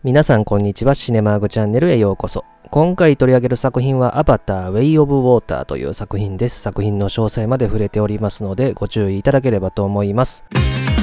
皆さんこんにちは。シネマーグチャンネルへようこそ。今回取り上げる作品はアバターウェイオブウォーターという作品です。作品の詳細まで触れておりますのでご注意いただければと思います。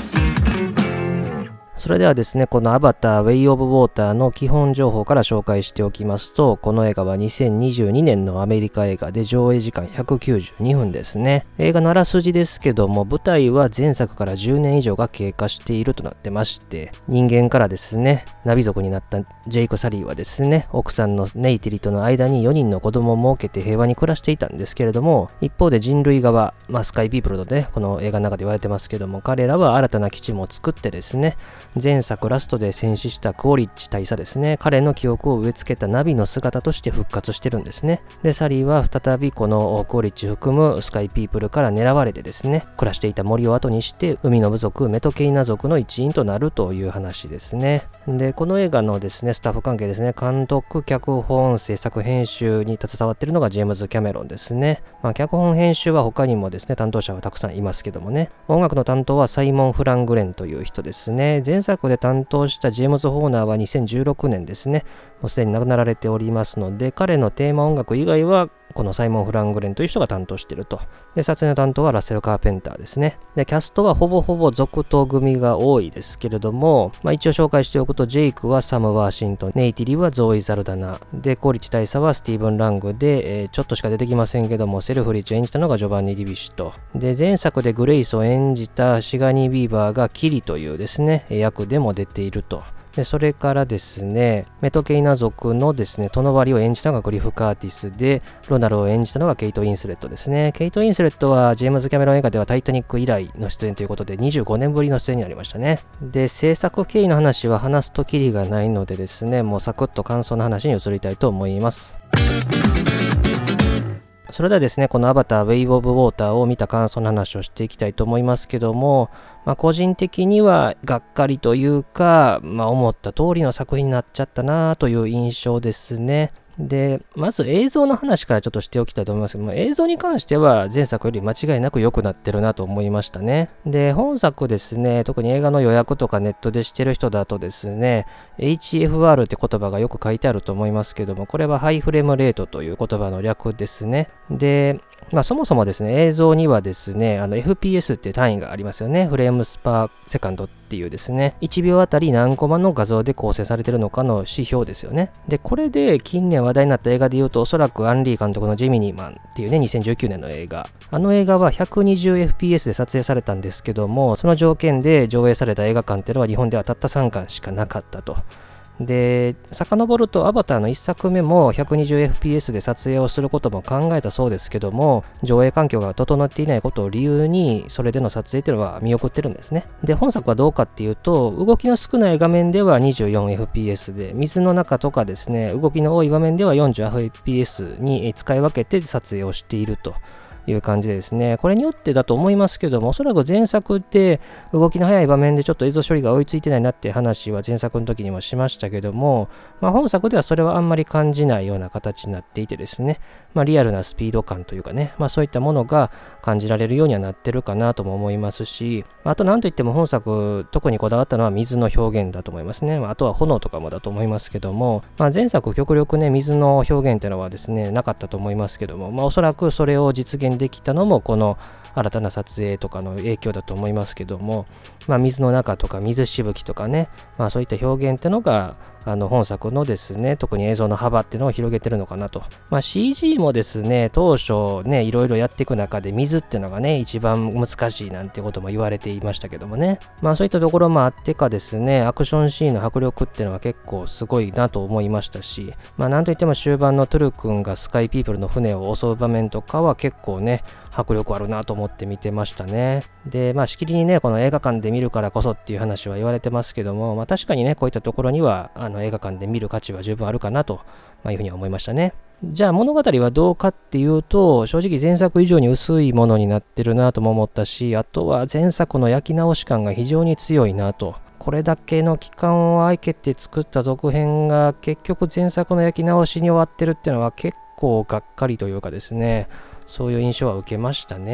それではですね、このアバターウェイオブウォーターの基本情報から紹介しておきますと、この映画は2022年のアメリカ映画で上映時間192分ですね。映画のあらすじですけども、舞台は前作から10年以上が経過しているとなってまして、人間からですね、ナビ族になったジェイク・サリーはですね、奥さんのネイティリとの間に4人の子供を設けて平和に暮らしていたんですけれども、一方で人類側、スカイピープルとね、この映画の中で言われてますけども、彼らは新たな基地も作ってですね、前作ラストで戦死したクオリッチ大佐ですね、彼の記憶を植え付けたナビの姿として復活してるんですね。で、サリーは再びこのクオリッチ含むスカイピープルから狙われてですね、暮らしていた森を後にして海の部族メトケイナ族の一員となるという話ですね。で、この映画のですね、スタッフ関係ですね、監督、脚本、制作、編集に携わっているのがジェームズ・キャメロンですね。脚本編集は他にもですね、担当者はたくさんいますけどもね、音楽の担当はサイモン・フラングレンという人ですね。前作で担当したジェームズ・ホーナーは2016年ですね、もうすでに亡くなられておりますので、彼のテーマ音楽以外はこのサイモン・フラングレンという人が担当していると。で、撮影の担当はラッセル・カーペンターですね。で、キャストはほぼほぼ続投組が多いですけれども、一応紹介しておくと、ジェイクはサム・ワーシントン、ネイティリはゾーイ・ザルダナ、で、コーリッチ大佐はスティーブン・ラングで、ちょっとしか出てきませんけども、セルフリッチを演じたのがジョバンニ・ディビッシュと。で、前作でグレイスを演じたシガニー・ビーバーがキリというですね、役でも出ていると。で、それからですね、メトケイナ族のですね、トノバリを演じたのがグリフ・カーティスで、ロナルを演じたのがケイト・インスレットですね。ケイト・インスレットはジェームズ・キャメロン映画ではタイタニック以来の出演ということで25年ぶりの出演になりましたね。で、制作経緯の話は話すとキリがないのでですね、もうサクッと感想の話に移りたいと思います。それではですね、このアバターウェイオブウォーターを見た感想の話をしていきたいと思いますけども、個人的にはがっかりというか、思った通りの作品になっちゃったなという印象ですね。で、まず映像の話からちょっとしておきたいと思いますけども、映像に関しては前作より間違いなく良くなってるなと思いましたね。で、本作ですね、特に映画の予約とかネットでしてる人だとですね、HFR って言葉がよく書いてあると思いますけども、これはハイフレームレートという言葉の略ですね。で、そもそもですね、映像にはですね、FPS って単位がありますよね。フレームスパーセカンドっていうですね、1秒あたり何コマの画像で構成されているのかの指標ですよね。で、これで近年話題になった映画で言うと、おそらくアンリー監督のジェミニーマンっていうね、2019年の映画。あの映画は 120fps で撮影されたんですけども、その条件で上映された映画館っていうのは日本ではたった3館しかなかったと。で、遡るとアバターの1作目も 120fps で撮影をすることも考えたそうですけども、上映環境が整っていないことを理由にそれでの撮影っていうのは見送ってるんですね。で、本作はどうかっていうと、動きの少ない画面では 24fps で、水の中とかですね、動きの多い場面では 40fps に使い分けて撮影をしているという感じでですね、これによってだと思いますけども、おそらく前作って動きの速い場面でちょっと映像処理が追いついてないなって話は前作の時にもしましたけども、本作ではそれはあんまり感じないような形になっていてですね、リアルなスピード感というかね、そういったものが感じられるようにはなってるかなとも思いますし、あと何といっても本作特にこだわったのは水の表現だと思いますね。あとは炎とかもだと思いますけども、前作極力ね、水の表現っていうのはですね、なかったと思いますけども、おそらくそれを実現できたのもこの新たな撮影とかの影響だと思いますけども、水の中とか水しぶきとかね、そういった表現ってのが本作のですね、特に映像の幅っていうのを広げてるのかなと。CG もですね、当初ね、いろいろやっていく中で水っていうのがね、一番難しいなんてことも言われていましたけどもね。そういったところもあってかですね、アクションシーンの迫力っていうのは結構すごいなと思いましたし、なんといっても終盤のトゥル君がスカイピープルの船を襲う場面とかは結構ね、迫力あるなと思って見てましたね。で、しきりにね、この映画館で見るからこそっていう話は言われてますけども、確かにね、こういったところには映画館で見る価値は十分あるかなというふうに思いましたね。じゃあ物語はどうかっていうと、正直前作以上に薄いものになってるなとも思ったし、あとは前作の焼き直し感が非常に強いなと。これだけの期間を空けて作った続編が結局前作の焼き直しに終わってるっていうのは結構がっかりというかですね、そういう印象は受けましたね。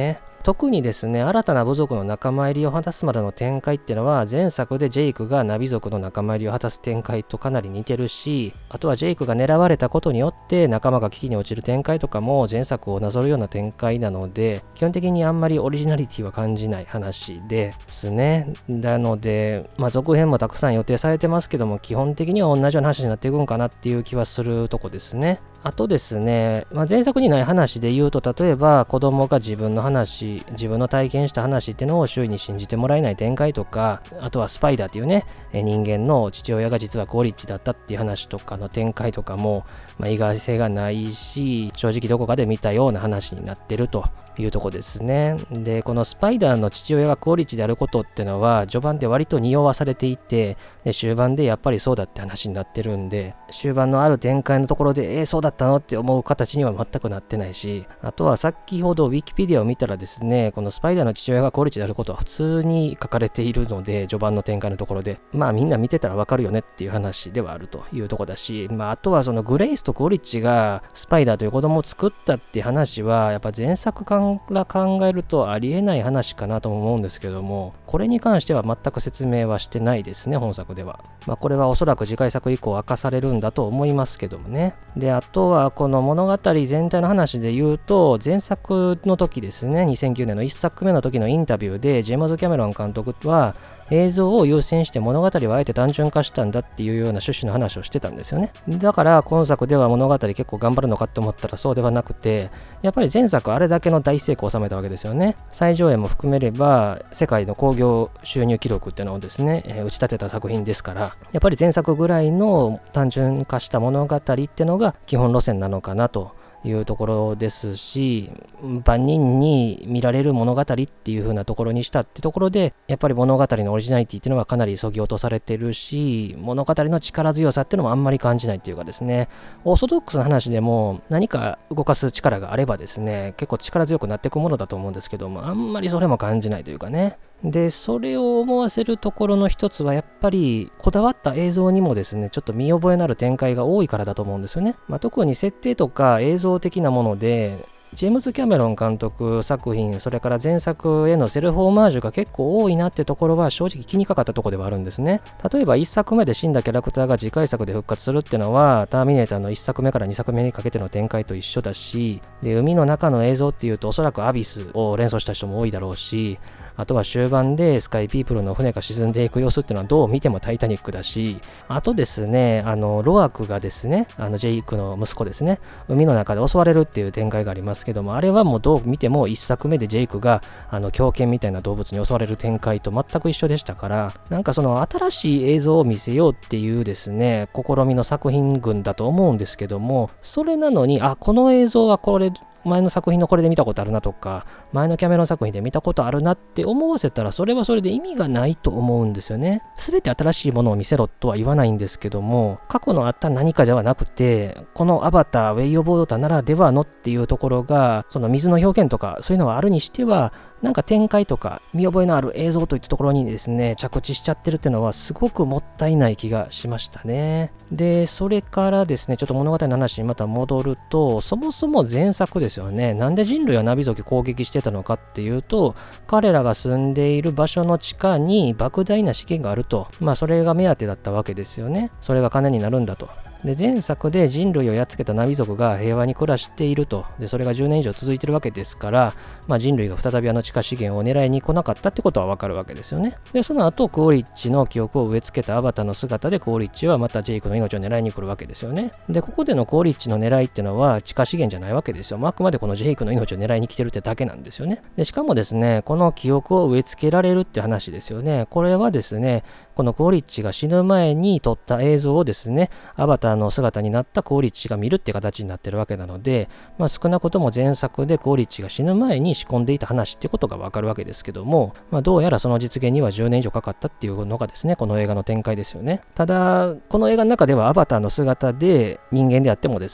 特にですね、新たな部族の仲間入りを果たすまでの展開っていうのは、前作でジェイクがナビ族の仲間入りを果たす展開とかなり似てるし、あとはジェイクが狙われたことによって仲間が危機に陥る展開とかも前作をなぞるような展開なので、基本的にあんまりオリジナリティは感じない話ですね。なので、続編もたくさん予定されてますけども、基本的には同じような話になっていくんかなっていう気はするとこですね。あとですね、前作にない話で言うと、例えば子供が自分の話、自分の体験した話っていうのを周囲に信じてもらえない展開とか、あとはスパイダーっていうね、人間の父親が実はクオリッチだったっていう話とかの展開とかも、意外性がないし、正直どこかで見たような話になってるというとこですね。で、このスパイダーの父親がクオリッチであることっていうのは、序盤で割と匂わされていて、で終盤でやっぱりそうだって話になってるんで、終盤のある展開のところで、そうだったのって思う形には全くなってないし、あとは先ほどウィキペディアを見たらですね、このスパイダーの父親がクオリッチであることは普通に書かれているので、序盤の展開のところで、みんな見てたらわかるよねっていう話ではあるというところだし、あとはそのグレイスとクオリッチがスパイダーという子供を作ったっていう話は、やっぱ前作から考えるとありえない話かなとも思うんですけども、これに関しては全く説明はしてないですね、本作では。これはおそらく次回作以降明かされるんだと思いますけどもね。で、あとはこの物語全体の話で言うと、前作の時ですね、2009年の1作目の時のインタビューで、ジェームズ・キャメロン監督は映像を優先して物語をあえて単純化したんだっていうような趣旨の話をしてたんですよね。だから今作では物語結構頑張るのかと思ったらそうではなくて、やっぱり前作あれだけの大成功を収めたわけですよね。最上映も含めれば世界の興行収入記録っていうのをですね、打ち立てた作品ですから、やっぱり前作ぐらいの単純化した物語っていうのが基本路線なのかなというところですし、万人に見られる物語っていう風なところにしたってところで、やっぱり物語のオリジナリティっていうのはかなり削ぎ落とされてるし、物語の力強さっていうのもあんまり感じないっていうかですね、オーソドックスな話でも何か動かす力があればですね、結構力強くなっていくものだと思うんですけども、あんまりそれも感じないというかね。で、それを思わせるところの一つはやっぱりこだわった映像にもですね、ちょっと見覚えのある展開が多いからだと思うんですよね。特に設定とか映像的なもので、ジェームズ・キャメロン監督作品、それから前作へのセルフオマージュが結構多いなってところは正直気にかかったところではあるんですね。例えば1作目で死んだキャラクターが次回作で復活するっていうのは、ターミネーターの1作目から2作目にかけての展開と一緒だし、で、海の中の映像っていうとおそらくアビスを連想した人も多いだろうし、あとは終盤でスカイピープルの船が沈んでいく様子っていうのはどう見てもタイタニックだし、あとですね、ロアクがですね、ジェイクの息子ですね、海の中で襲われるっていう展開がありますけども、あれはもうどう見ても1作目でジェイクが狂犬みたいな動物に襲われる展開と全く一緒でしたから、なんかその新しい映像を見せようっていうですね、試みの作品群だと思うんですけども、それなのに、この映像はこれ前の作品のこれで見たことあるなとか、前のキャメロン作品で見たことあるなって思わせたら、それはそれで意味がないと思うんですよね。すべて新しいものを見せろとは言わないんですけども、過去のあった何かではなくて、このアバター、ウェイオブオーターならではのっていうところが、その水の表現とかそういうのはあるにしては、なんか展開とか見覚えのある映像といったところにですね、着地しちゃってるっていうのはすごくもったいない気がしましたね。で、それからですね、ちょっと物語の話にまた戻ると、そもそも前作ですよね。なんで人類はナビ族攻撃してたのかっていうと、彼らが住んでいる場所の地下に莫大な資源があると。それが目当てだったわけですよね。それが金になるんだと。で、前作で人類をやっつけたナビ族が平和に暮らしていると。で、それが10年以上続いてるわけですから、人類が再び地下資源を狙いに来なかったってことはわかるわけですよね。で、その後、クオリッチの記憶を植え付けたアバターの姿で、クオリッチはまたジェイクの命を狙いに来るわけですよね。で、ここでのクオリッチの狙いっていうのは地下資源じゃないわけですよ。あくまでこのジェイクの命を狙いに来てるってだけなんですよね。で、しかもですね、この記憶を植え付けられるって話ですよね。これはですね、このクオリッチが死ぬ前に撮った映像をですね、アバターの姿になったクオリッチが見るって形になってるわけなので、少なくとも前作でクオリッチが死ぬ前に仕込んでいた話ってことがわかるわけですけども、どうやらその実現には10年以上かかったっていうのがですね、この映画の展開ですよね。ただ、この映画の中ではアバターの姿で人間であってもですね、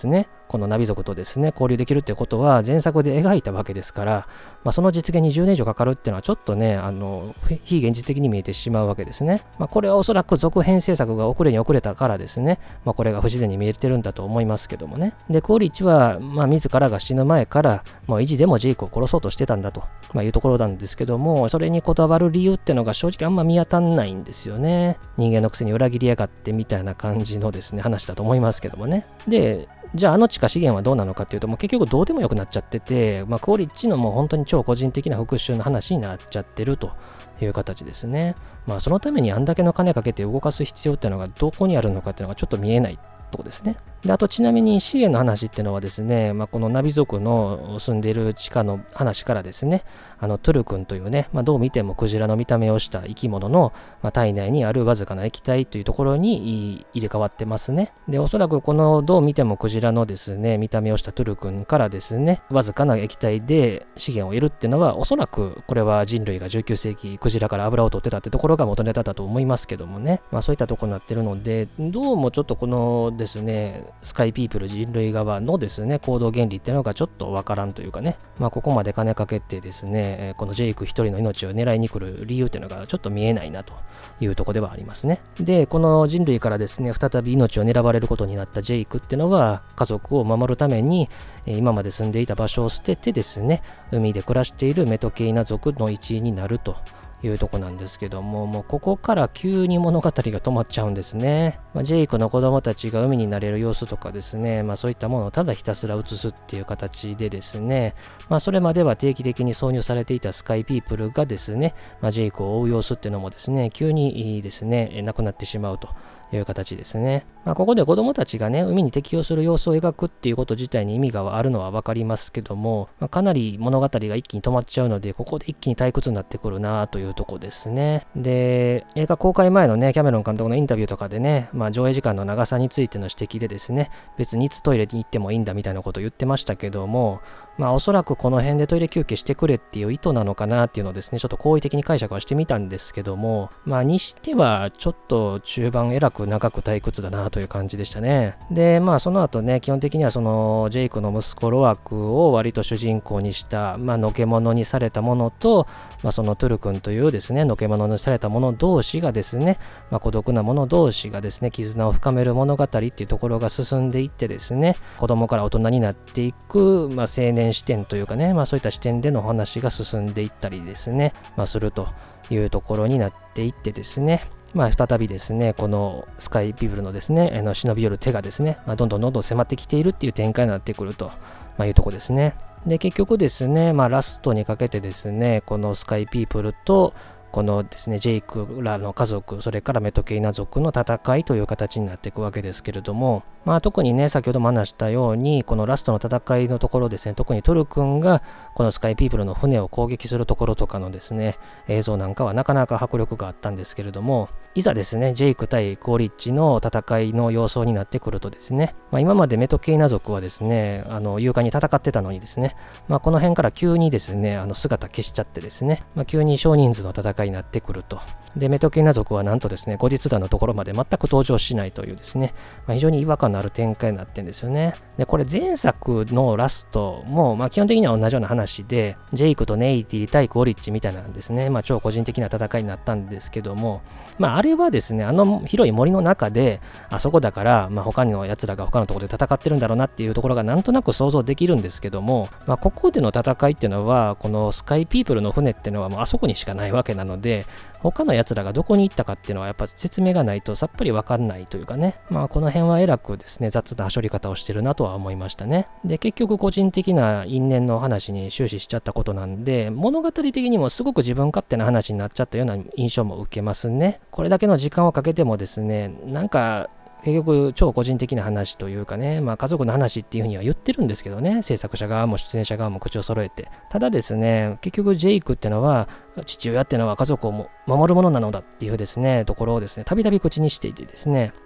このナビ族とですね、交流できるってことは前作で描いたわけですから、その実現に10年以上かかるっていうのはちょっとね、非現実的に見えてしまうわけですね。これはおそらく続編制作が遅れに遅れたからですね、これが不自然に見えてるんだと思いますけどもね。で、クオリッチは、自らが死ぬ前から、意地でもジェイクを殺そうとしてたんだと、いうところなんですけども、それにこだわる理由ってのが正直あんま見当たんないんですよね。人間のくせに裏切りやがってみたいな感じのですね、話だと思いますけどもね。で、じゃあ地下資源はどうなのかっていうと、もう結局どうでもよくなっちゃってて、クオリッチのもう本当に超個人的な復讐の話になっちゃってるという形ですね。そのためにあんだけの金かけて動かす必要っていうのがどこにあるのかっていうのがちょっと見えないとこですね。で、あとちなみに資源の話っていうのはですね、このナビ族の住んでいる地下の話からですね、トゥル君というね、どう見てもクジラの見た目をした生き物の、体内にあるわずかな液体というところに入れ替わってますね。で、おそらくこのどう見てもクジラのですね、見た目をしたトゥル君からですね、わずかな液体で資源を得るっていうのは、おそらくこれは人類が19世紀クジラから油を取ってたってところが元ネタだと思いますけどもね、そういったところになってるので、どうもちょっとこのですね、スカイピープル人類側のですね、行動原理っていうのがちょっとわからんというかね、ここまで金かけてですね、このジェイク一人の命を狙いに来る理由っていうのがちょっと見えないなというところではありますね。で、この人類からですね、再び命を狙われることになったジェイクっていうのは、家族を守るために、今まで住んでいた場所を捨ててですね、海で暮らしているメトケイナ族の一員になるというとこなんですけども、もうここから急に物語が止まっちゃうんですね。ジェイクの子供たちが海になれる様子とかですね、そういったものをただひたすら映すっていう形でですね、それまでは定期的に挿入されていたスカイピープルがですね、ジェイクを追う様子っていうのもですね、急にですね、なくなってしまうという形ですね。ここで子供たちがね、海に適応する様子を描くっていうこと自体に意味があるのはわかりますけども、かなり物語が一気に止まっちゃうので、ここで一気に退屈になってくるなというとこですね。で、映画公開前のね、キャメロン監督のインタビューとかでね、上映時間の長さについての指摘でですね、別にいつトイレに行ってもいいんだみたいなことを言ってましたけども、おそらくこの辺でトイレ休憩してくれっていう意図なのかなっていうのをですね、ちょっと好意的に解釈はしてみたんですけども、にしてはちょっと中盤えらく長く退屈だなという感じでしたね。で、その後ね、基本的にはそのジェイクの息子ロアクを割と主人公にした、のけ者にされたものと、そのトゥル君というですね、のけ者にされた者同士がですね、孤独な者同士がですね、絆を深める物語っていうところが進んでいってですね、子供から大人になっていく、青年視点というかね、そういった視点での話が進んでいったりですね、するというところになっていってですね、再びですね、このスカイピープルのですね、忍び寄る手がですね、どんどん迫ってきているっていう展開になってくるというところですね。で、結局ですね、ラストにかけてですね、このスカイピープルとこのですね、ジェイクらの家族、それからメトケイナ族の戦いという形になっていくわけですけれども、特にね、先ほども話したように、このラストの戦いのところですね、特にトル君がこのスカイピープルの船を攻撃するところとかのですね、映像なんかはなかなか迫力があったんですけれども、いざですね、ジェイク対クオリッチの戦いの様相になってくるとですね、今までメトケイナ族はですね、勇敢に戦ってたのにですね、この辺から急にですね、姿消しちゃってですね、急に少人数の戦いになってくると。で、メトケイナ族はなんとですね、後日談のところまで全く登場しないというですね、非常に違和感のある展開になってるんですよね。で、これ前作のラストも、基本的には同じような話で、ジェイクとネイティ対クオリッチみたいなんですね、超個人的な戦いになったんですけども、あれはですね、広い森の中で、あそこだから、他の奴らが他のところで戦ってるんだろうなっていうところがなんとなく想像できるんですけども、ここでの戦いっていうのは、このスカイピープルの船っていうのはもうあそこにしかないわけなので、他の奴らがどこに行ったかっていうのはやっぱ説明がないとさっぱりわかんないというかね、この辺はえらくですね、雑な処理方をしてるなとは思いましたね。で、結局個人的な因縁の話に終始しちゃったことなんで、物語的にもすごく自分勝手な話になっちゃったような印象も受けますね。これだけの時間をかけてもですね、なんか結局超個人的な話というかね、家族の話っていうふうには言ってるんですけどね、制作者側も出演者側も口を揃えて。ただですね、結局ジェイクってのは、父親ってのは家族を守るものなのだっていうですね、ところをですね、たびたび口にしていてですね、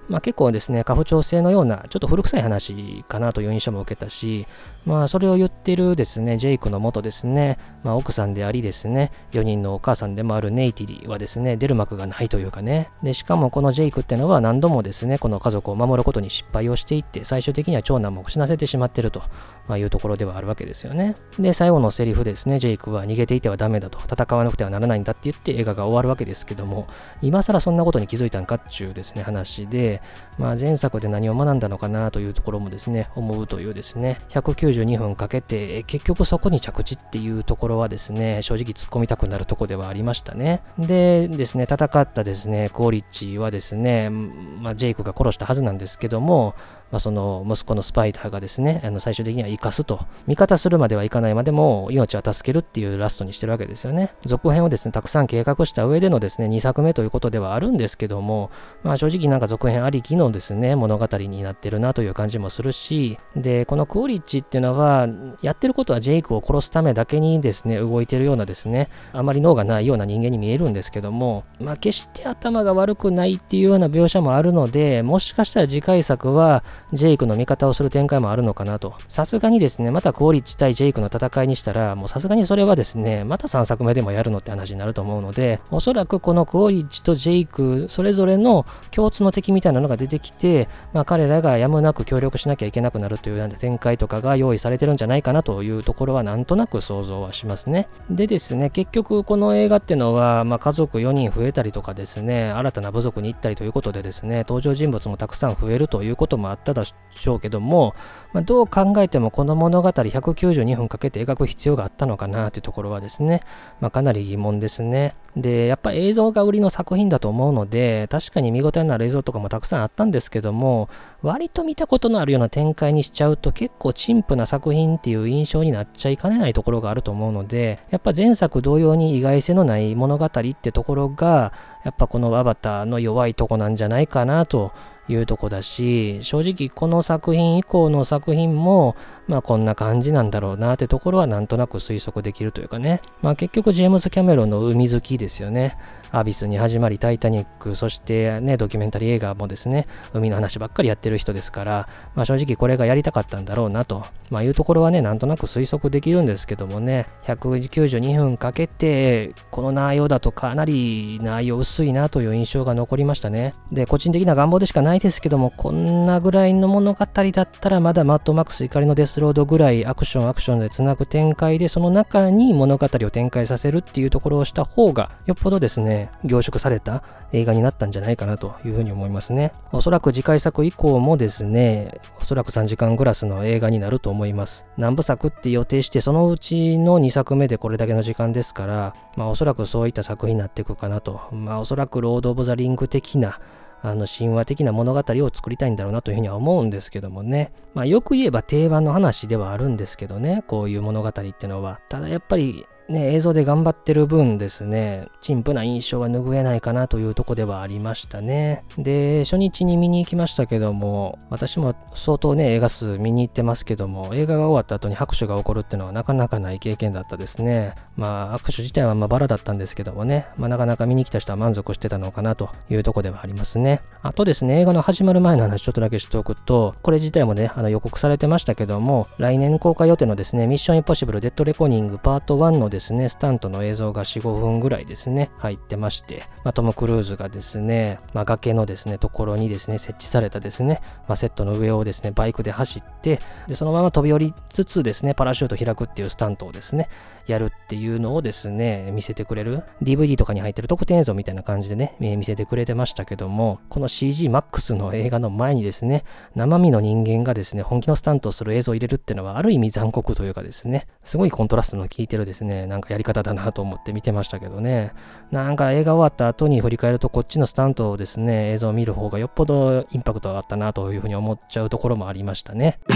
結構ですね、家父長制のようなちょっと古臭い話かなという印象も受けたし、それを言ってるですね、ジェイクの元ですね、奥さんでありですね、4人のお母さんでもあるネイティリはですね、出る幕がないというかね。で、しかもこのジェイクってのは何度もですね、この家族を守ることに失敗をしていって、最終的には長男も死なせてしまっているというところではあるわけですよね。で、最後のセリフですね、ジェイクは逃げていてはダメだと、戦わなくてはならないんだって言って映画が終わるわけですけども、今更そんなことに気づいたんかっちゅうですね、話で、前作で何を学んだのかなというところもですね、思うというですね、192分かけて、結局そこに着地っていうところはですね、正直突っ込みたくなるところではありましたね。でですね、戦ったですね、クオリッチはですね、ジェイクが殺したはずなんですけども、その息子のスパイダーがですね、最終的には生かすと。味方するまではいかないまでも命は助けるっていうラストにしてるわけですよね。続編をですね、たくさん計画した上でのですね、2作目ということではあるんですけども、正直なんか続編ありきのですね、物語になってるなという感じもするし、で、このクオリッチっていうのは、やってることはジェイクを殺すためだけにですね、動いてるようなですね、あまり脳がないような人間に見えるんですけども、決して頭が悪くないっていうような描写もあるので、もしかしたら次回作は、ジェイクの味方をする展開もあるのかなと。さすがにですね、またクオリッチ対ジェイクの戦いにしたら、もうさすがにそれはですね、また3作目でもやるのって話になると思うので、おそらくこのクオリッチとジェイク、それぞれの共通の敵みたいなのが出てきて、彼らがやむなく協力しなきゃいけなくなるというような展開とかが用意されてるんじゃないかなというところはなんとなく想像はしますね。でですね、結局この映画っていうのは、家族4人増えたりとかですね、新たな部族に行ったりということでですね、登場人物もたくさん増えるということもあったでしょうけども、どう考えてもこの物語192分かけて描く必要があったのかなというところはですね、かなり疑問ですね。で、やっぱ映像が売りの作品だと思うので、確かに見応えのある映像とかもたくさんあったんですけども、割と見たことのあるような展開にしちゃうと結構陳腐な作品っていう印象になっちゃいかねないところがあると思うので、やっぱ前作同様に意外性のない物語ってところが、やっぱこのアバターの弱いとこなんじゃないかなというとこだし、正直この作品以降の作品もこんな感じなんだろうなってところはなんとなく推測できるというかね。結局ジェームズ・キャメロンの海好きですよね。アビスに始まりタイタニック、そしてね、ドキュメンタリー映画もですね、海の話ばっかりやってる人ですから、正直これがやりたかったんだろうなと、いうところはね、なんとなく推測できるんですけどもね、192分かけて、この内容だとかなり内容薄いなという印象が残りましたね。で、個人的な願望でしかないですけども、こんなぐらいの物語だったらまだマッドマックス怒りのデスロードぐらいアクションでつなぐ展開で、その中に物語を展開させるっていうところをした方が、よっぽどですね、凝縮された映画になったんじゃないかなというふうに思いますね。おそらく次回作以降もですね、おそらく3時間クラスの映画になると思います。何部作って予定して、そのうちの2作目でこれだけの時間ですから、おそらくそういった作品になっていくかなと。おそらくロード・オブ・ザ・リング的な神話的な物語を作りたいんだろうなというふうには思うんですけどもね。よく言えば定番の話ではあるんですけどね、こういう物語ってのは。ただやっぱりね、映像で頑張ってる分ですね、陳腐な印象は拭えないかなというとこではありましたね。で、初日に見に行きましたけども、私も相当ね、映画数見に行ってますけども、映画が終わった後に拍手が起こるっていうのはなかなかない経験だったですね。握手自体はバラだったんですけどもね、なかなか見に来た人は満足してたのかなというとこではありますね。あとですね、映画の始まる前の話ちょっとだけしておくと、これ自体もね、予告されてましたけども、来年公開予定のですね、ミッションインポッシブルデッドレコーニングパート1のですね、スタントの映像が 4,5 分ぐらいですね、入ってまして、トム・クルーズがですね、崖のですね、ところにですね、設置されたですね、セットの上をですね、バイクで走って、で、そのまま飛び降りつつですね、パラシュート開くっていうスタントをですね、やるっていうのをですね、見せてくれる DVD とかに入ってる特典映像みたいな感じでね、見せてくれてましたけども、この CGMAX の映画の前にですね、生身の人間がですね、本気のスタントをする映像を入れるっていうのはある意味残酷というかですね、すごいコントラストの効いてるですね、なんかやり方だなと思って見てましたけどね。なんか映画終わった後に振り返るとこっちのスタントをですね、映像を見る方がよっぽどインパクトがあったなというふうに思っちゃうところもありましたね。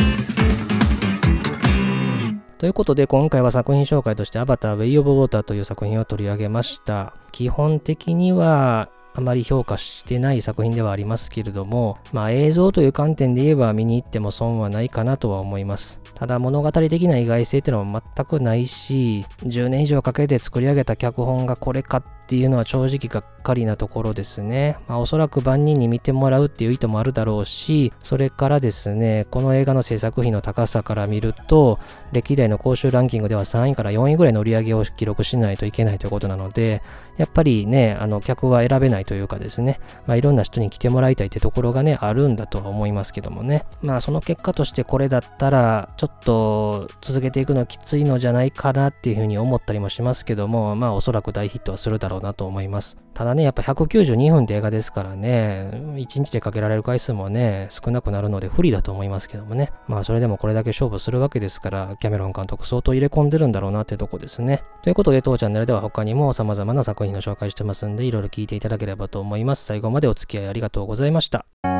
ということで今回は作品紹介としてアバターウェイオブウォーターという作品を取り上げました。基本的にはあまり評価してない作品ではありますけれども、映像という観点で言えば見に行っても損はないかなとは思います。ただ物語的な意外性っていうのは全くないし、10年以上かけて作り上げた脚本がこれかっていうのは正直がっかりなところですね。おそらく万人に見てもらうっていう意図もあるだろうし、それからですね、この映画の制作費の高さから見ると、歴代の興収ランキングでは3位から4位ぐらいの売り上げを記録しないといけないということなので、やっぱりね、客は選べないというかですね、いろんな人に来てもらいたいってところがね、あるんだとは思いますけどもね。その結果としてこれだったら、ちょっと続けていくのきついのじゃないかなっていうふうに思ったりもしますけども、おそらく大ヒットはするだろうなと思います。ただね、やっぱ192分って映画ですからね、1日でかけられる回数もね、少なくなるので不利だと思いますけどもね。それでもこれだけ勝負するわけですから、キャメロン監督相当入れ込んでるんだろうなってとこですね。ということで、当チャンネルでは他にも様々な作品の紹介してますんで、いろいろ聞いていただければと思います。最後までお付き合いありがとうございました。